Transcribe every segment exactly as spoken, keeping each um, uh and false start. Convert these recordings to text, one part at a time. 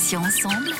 Passions ensemble,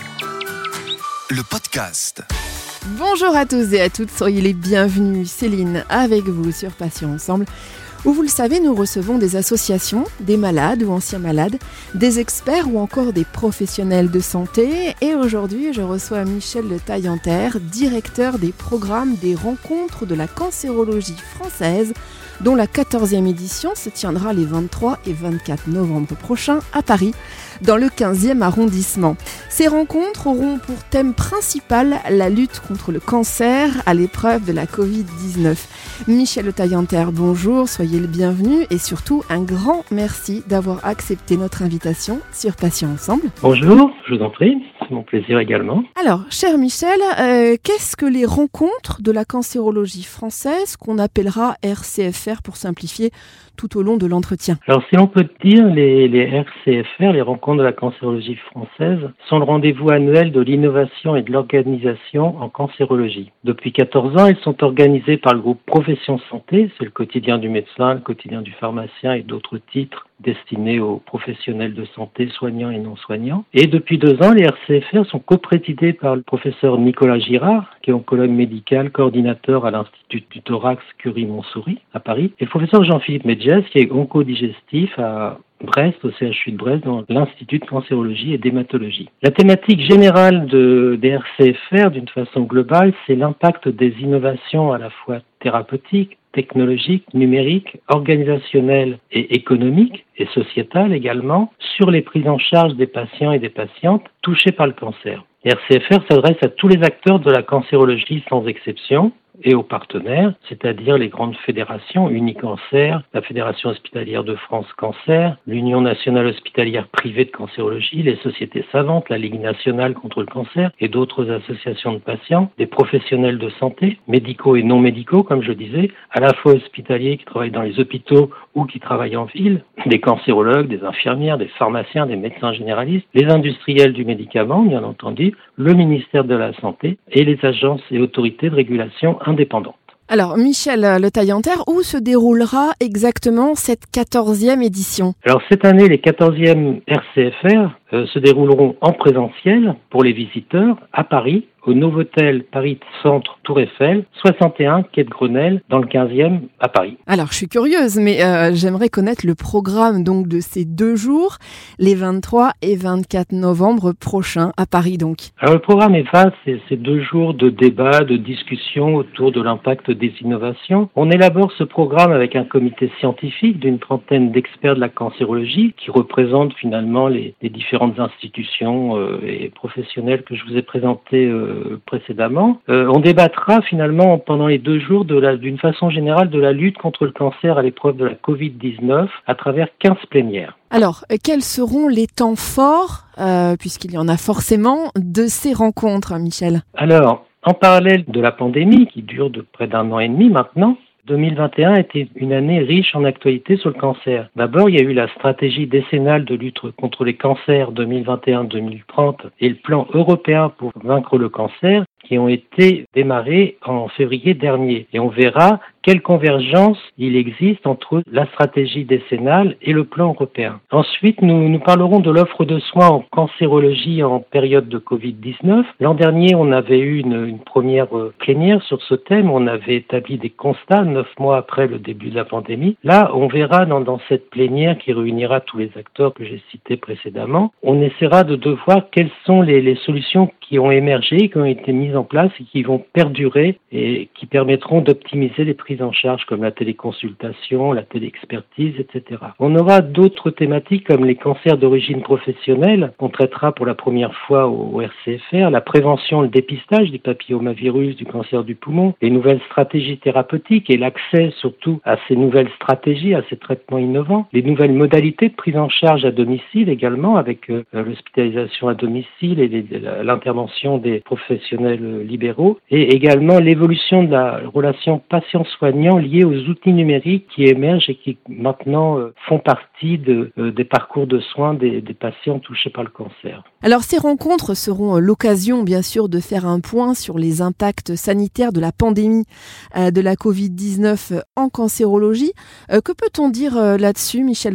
le podcast. Bonjour à tous et à toutes, soyez les bienvenus. Céline avec vous sur Passions ensemble, où vous le savez, nous recevons des associations, des malades ou anciens malades, des experts ou encore des professionnels de santé. Et aujourd'hui, je reçois Michel Le Taillanter, directeur des programmes des rencontres de la cancérologie française, dont la quatorzième édition se tiendra les vingt-trois et vingt-quatre novembre prochains à Paris, dans le quinzième arrondissement. Ces rencontres auront pour thème principal la lutte contre le cancer à l'épreuve de la covid dix-neuf. Michel Le Taillanter, bonjour, soyez le bienvenu et surtout un grand merci d'avoir accepté notre invitation sur Passions ensemble. Bonjour, je vous en prie, c'est mon plaisir également. Alors, cher Michel, euh, qu'est-ce que les rencontres de la cancérologie française, qu'on appellera R C F R pour simplifier, tout au long de l'entretien? Alors, si l'on peut dire, les, les R C F R, les rencontres de la cancérologie française, sont le rendez-vous annuel de l'innovation et de l'organisation en cancérologie. Depuis quatorze ans, elles sont organisées par le groupe Professions Santé, c'est le quotidien du médecin, le quotidien du pharmacien et d'autres titres destinés aux professionnels de santé, soignants et non soignants. Et depuis deux ans, les R C F R sont coprésidés par le professeur Nicolas Girard, qui est oncologue médical, coordinateur à l'Institut du Thorax Curie-Montsouris à Paris, et le professeur Jean-Philippe Medjes, qui est oncodigestif à Brest, au C H U de Brest, dans l'Institut de cancérologie et d'hématologie. La thématique générale de, des R C F R, d'une façon globale, c'est l'impact des innovations à la fois thérapeutiques, technologiques, numériques, organisationnelles et économiques, et sociétales également, sur les prises en charge des patients et des patientes touchés par le cancer. Les R C F R s'adresse à tous les acteurs de la cancérologie sans exception, et aux partenaires, c'est-à-dire les grandes fédérations, Unicancer, la Fédération hospitalière de France Cancer, l'Union nationale hospitalière privée de cancérologie, les sociétés savantes, la Ligue nationale contre le cancer et d'autres associations de patients, des professionnels de santé, médicaux et non médicaux, comme je disais, à la fois hospitaliers qui travaillent dans les hôpitaux ou qui travaillent en ville, des cancérologues, des infirmières, des pharmaciens, des médecins généralistes, les industriels du médicament, bien entendu, le ministère de la Santé et les agences et autorités de régulation indépendante. Alors, Michel Le Taillanter, où se déroulera exactement cette quatorzième édition? Alors, cette année, les quatorzièmes R C F R euh, se dérouleront en présentiel pour les visiteurs à Paris, au Novotel Paris Centre Tour Eiffel, soixante et un quai de Grenelle, dans le quinzième à Paris. Alors, je suis curieuse, mais euh, j'aimerais connaître le programme donc de ces deux jours, les vingt-trois et vingt-quatre novembre prochains à Paris donc. Alors, le programme est vaste, c'est, c'est deux jours de débat, de discussion autour de l'impact des innovations. On élabore ce programme avec un comité scientifique d'une trentaine d'experts de la cancérologie qui représentent finalement les, les différentes institutions euh, et professionnels que je vous ai présentés euh, précédemment. Euh, on débattra finalement pendant les deux jours de la, d'une façon générale de la lutte contre le cancer à l'épreuve de la covid dix-neuf à travers quinze plénières. Alors, quels seront les temps forts, euh, puisqu'il y en a forcément, de ces rencontres, Michel? Alors, en parallèle de la pandémie qui dure de près d'un an et demi maintenant, deux mille vingt et un était une année riche en actualité sur le cancer. D'abord, il y a eu la stratégie décennale de lutte contre les cancers deux mille vingt et un deux mille trente et le plan européen pour vaincre le cancer qui ont été démarrés en février dernier. Et on verra quelle convergence il existe entre la stratégie décennale et le plan européen. Ensuite, nous, nous parlerons de l'offre de soins en cancérologie en période de covid dix-neuf. L'an dernier, on avait eu une, une première plénière sur ce thème. On avait établi des constats neuf mois après le début de la pandémie. Là, on verra dans, dans cette plénière qui réunira tous les acteurs que j'ai cités précédemment, on essaiera de, de voir quelles sont les, les solutions qui ont émergé, qui ont été mises en place et qui vont perdurer et qui permettront d'optimiser les prises en charge comme la téléconsultation, la téléexpertise, et cetera. On aura d'autres thématiques comme les cancers d'origine professionnelle qu'on traitera pour la première fois au R C F R, la prévention, le dépistage du papillomavirus, du cancer du poumon, les nouvelles stratégies thérapeutiques et l'accès surtout à ces nouvelles stratégies, à ces traitements innovants, les nouvelles modalités de prise en charge à domicile également avec euh, l'hospitalisation à domicile et les, l'intervention des professionnels libéraux et également l'évolution de la relation patient-soignant liée aux outils numériques qui émergent et qui maintenant euh, font partie de, euh, des parcours de soins des, des patients touchés par le cancer. Alors ces rencontres seront l'occasion bien sûr de faire un point sur les impacts sanitaires de la pandémie euh, de la covid dix-neuf en cancérologie. Euh, que peut-on dire euh, là-dessus, Michel Le Taillanter ?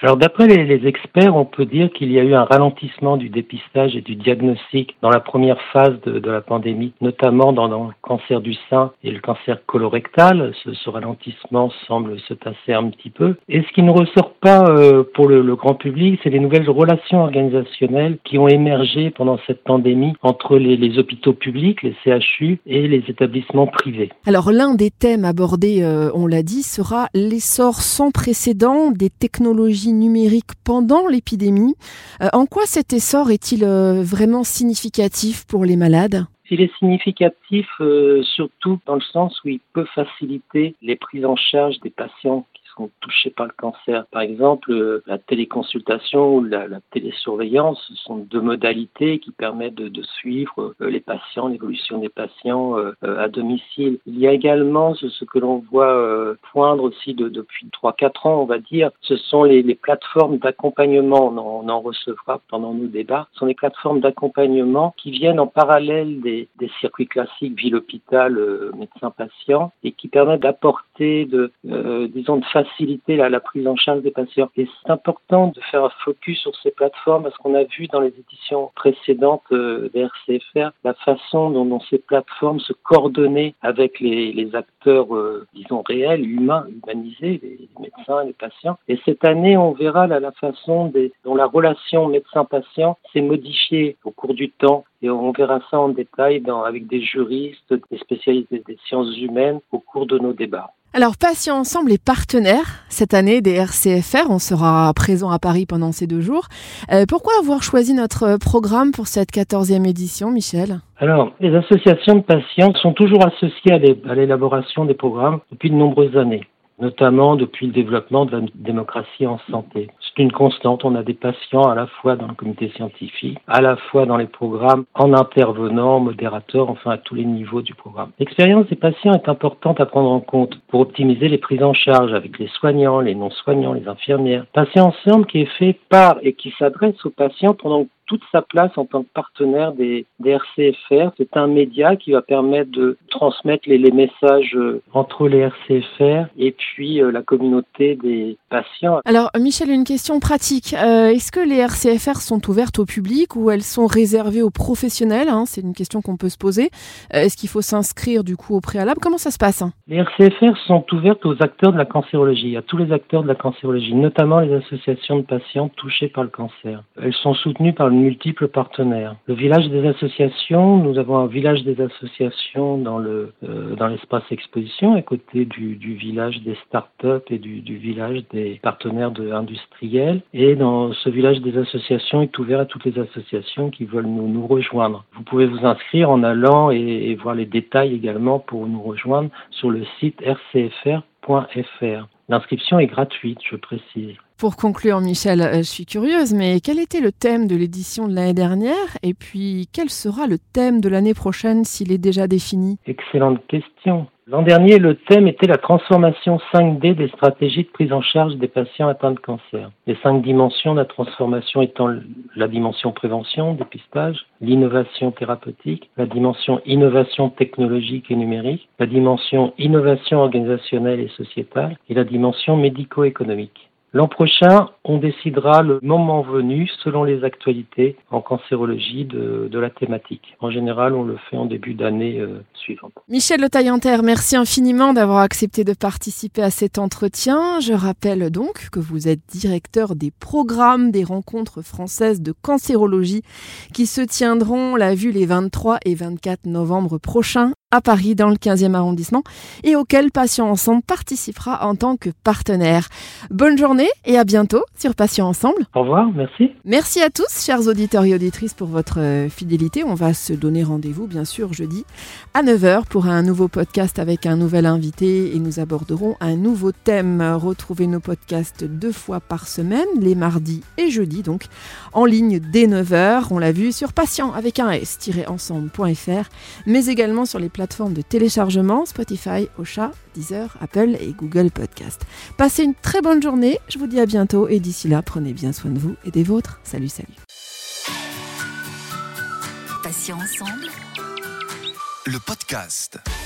Alors d'après les, les experts, on peut dire qu'il y a eu un ralentissement du dépistage et du diagnostic dans la première phase de, de la pandémie, notamment dans, dans le cancer du sein et le cancer colorectal. Ce, ce ralentissement semble se tasser un petit peu. Et ce qui ne ressort pas euh, pour le, le grand public, c'est les nouvelles relations organisationnelles qui ont émergé pendant cette pandémie entre les, les hôpitaux publics, les C H U et les établissements privés. Alors l'un des thèmes abordés, euh, on l'a dit, sera l'essor sans précédent des technologies numérique pendant l'épidémie. Euh, en quoi cet essor est-il euh, vraiment significatif pour les malades ? Il est significatif euh, surtout dans le sens où il peut faciliter les prises en charge des patients qui sont touchés par le cancer. Par exemple, euh, la téléconsultation ou la, la télésurveillance, ce sont deux modalités qui permettent de, de suivre euh, les patients, l'évolution des patients euh, euh, à domicile. Il y a également ce, ce que l'on voit euh, poindre aussi de, depuis trois à quatre ans, on va dire, ce sont les, les plateformes d'accompagnement. On en, on en recevra pendant nos débats. Ce sont les plateformes d'accompagnement qui viennent en parallèle des, des circuits classiques ville-hôpital, euh, médecin-patient, et qui permettent d'apporter, de, euh, disons, de faciliter la, la prise en charge des patients. Et c'est important de faire un focus sur ces plateformes parce qu'on a vu dans les éditions précédentes euh, des R C F R la façon dont, dont ces plateformes se coordonnaient avec les, les acteurs, euh, disons, réels, humains, humanisés, les médecins, les patients. Et cette année, on verra là, la façon des, dont la relation médecin-patient s'est modifiée au cours du temps. Et on verra ça en détail dans, avec des juristes, des spécialistes des sciences humaines au cours de nos débats. Alors, Patients Ensemble est partenaire cette année des R C F R. On sera présent à Paris pendant ces deux jours. Euh, pourquoi avoir choisi notre programme pour cette quatorzième édition, Michel ? Alors, les associations de patients sont toujours associées à l'élaboration des programmes depuis de nombreuses années, notamment depuis le développement de la démocratie en santé. C'est une constante, on a des patients à la fois dans le comité scientifique, à la fois dans les programmes, en intervenant, modérateur, enfin à tous les niveaux du programme. L'expérience des patients est importante à prendre en compte pour optimiser les prises en charge avec les soignants, les non-soignants, les infirmières. Patients Ensemble qui est fait par et qui s'adresse aux patients pendant toute sa place en tant que partenaire des, des R C F R. C'est un média qui va permettre de transmettre les, les messages entre les R C F R et puis euh, la communauté des patients. Alors, Michel, une question pratique. Euh, est-ce que les R C F R sont ouvertes au public ou elles sont réservées aux professionnels, hein ? C'est une question qu'on peut se poser. Euh, est-ce qu'il faut s'inscrire du coup au préalable ? Comment ça se passe, hein ? Les R C F R sont ouvertes aux acteurs de la cancérologie, à tous les acteurs de la cancérologie, notamment les associations de patients touchés par le cancer. Elles sont soutenues par le multiples partenaires. Le village des associations, nous avons un village des associations dans le euh, dans l'espace exposition à côté du, du village des startups et du, du village des partenaires de, industriels. Et dans ce village des associations est ouvert à toutes les associations qui veulent nous, nous rejoindre. Vous pouvez vous inscrire en allant et, et voir les détails également pour nous rejoindre sur le site r c f r point f r. L'inscription est gratuite, je précise. Pour conclure, Michel, je suis curieuse, mais quel était le thème de l'édition de l'année dernière ? Et puis, quel sera le thème de l'année prochaine s'il est déjà défini ? Excellente question. L'an dernier, le thème était la transformation cinq D des stratégies de prise en charge des patients atteints de cancer. Les cinq dimensions de la transformation étant la dimension prévention, dépistage, l'innovation thérapeutique, la dimension innovation technologique et numérique, la dimension innovation organisationnelle et sociétale et la dimension médico-économique. L'an prochain, on décidera le moment venu, selon les actualités en cancérologie, de, de la thématique. En général, on le fait en début d'année euh, suivante. Michel Le Taillanter, merci infiniment d'avoir accepté de participer à cet entretien. Je rappelle donc que vous êtes directeur des programmes des rencontres françaises de cancérologie qui se tiendront, on l'a vu, les vingt-trois et vingt-quatre novembre prochains à Paris, dans le quinzième arrondissement, et auquel Patients Ensemble participera en tant que partenaire. Bonne journée et à bientôt sur Patients Ensemble. Au revoir, merci. Merci à tous, chers auditeurs et auditrices, pour votre fidélité. On va se donner rendez-vous, bien sûr, jeudi à neuf heures pour un nouveau podcast avec un nouvel invité et nous aborderons un nouveau thème. Retrouvez nos podcasts deux fois par semaine, les mardis et jeudis, donc en ligne dès neuf heures. On l'a vu sur patient avec un s-ensemble point f r, mais également sur les plateformes de téléchargement Spotify, Ocha, Deezer, Apple et Google Podcast. Passez une très bonne journée, je vous dis à bientôt et d'ici là, prenez bien soin de vous et des vôtres. Salut, salut. Patients Ensemble. Le podcast.